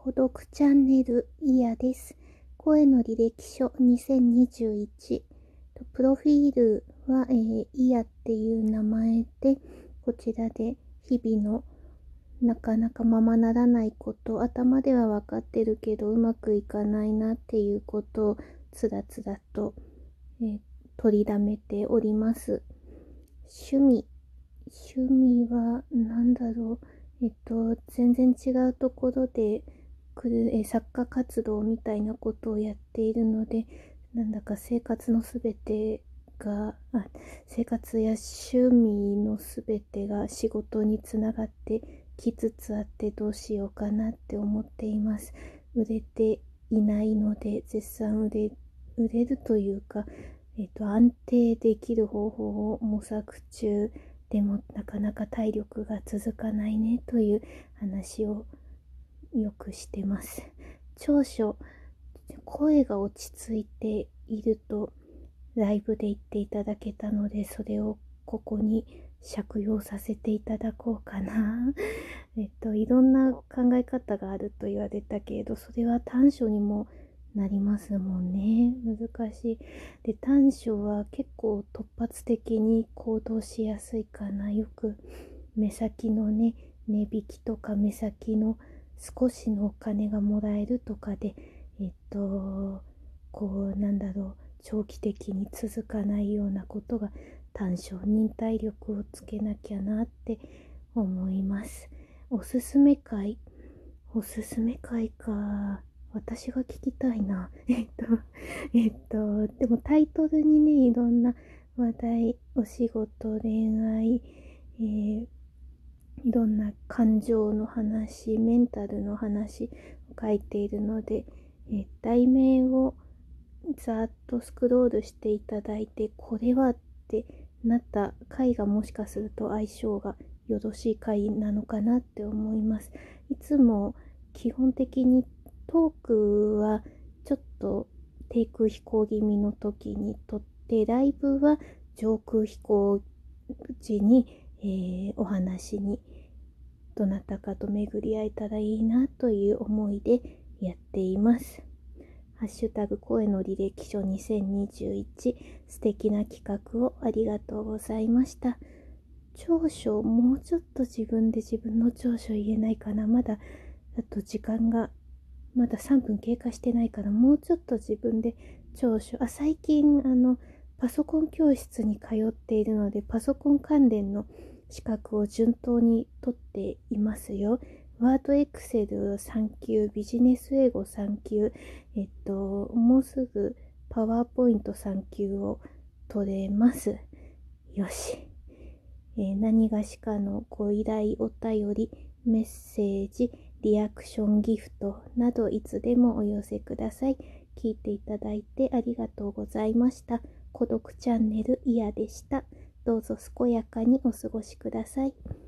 孤独チャンネルイヤです。声の履歴書2021。プロフィールは、イヤっていう名前で、こちらで日々のなかなかままならないこと、頭では分かってるけどうまくいかないなっていうことをつらつらと、取りだめております。趣味は何だろう。全然違うところで作家活動みたいなことをやっているので、なんだか生活のすべてが、生活や趣味のすべてが仕事につながってきつつあってどうしようかなって思っています。売れていないので、絶賛売れるというか、安定できる方法を模索中でもなかなか体力が続かないねという話をよくしてます。長所、声が落ち着いているとライブで言っていただけたので、それをここに借用させていただこうかな。いろんな考え方があると言われたけれど、それは短所にもなりますもんね。難しい。で、短所は結構突発的に行動しやすいかな。よく目先のね、値引きとか目先の少しのお金がもらえるとかで、長期的に続かないようなことが短所。忍耐力をつけなきゃなって思います。おすすめ会か。私が聞きたいな。でもタイトルにね、いろんな話題、お仕事、恋愛、いろんな感情の話、メンタルの話を書いているので、題名をざーっとスクロールしていただいて、これはってなった回がもしかすると相性がよろしい回なのかなって思います。いつも基本的にトークはちょっと低空飛行気味の時に撮って、ライブは上空飛行時に、お話にどなたかと巡り会えたらいいなという思いでやっています。ハッシュタグ声の履歴書2021、素敵な企画をありがとうございました。長所、もうちょっと自分で自分の長所言えないかな。まだ時間がまだ3分経過してないから、もうちょっと自分で長所。最近パソコン教室に通っているので、パソコン関連の資格を順当に取っていますよ。ワードエクセル3級、ビジネス英語3級、もうすぐパワーポイント3級を取れます。よし。何がしかのご依頼、お便り、メッセージ、リアクションギフトなどいつでもお寄せください。聞いていただいてありがとうございました。孤独チャンネルイヤでした。どうぞ健やかにお過ごしください。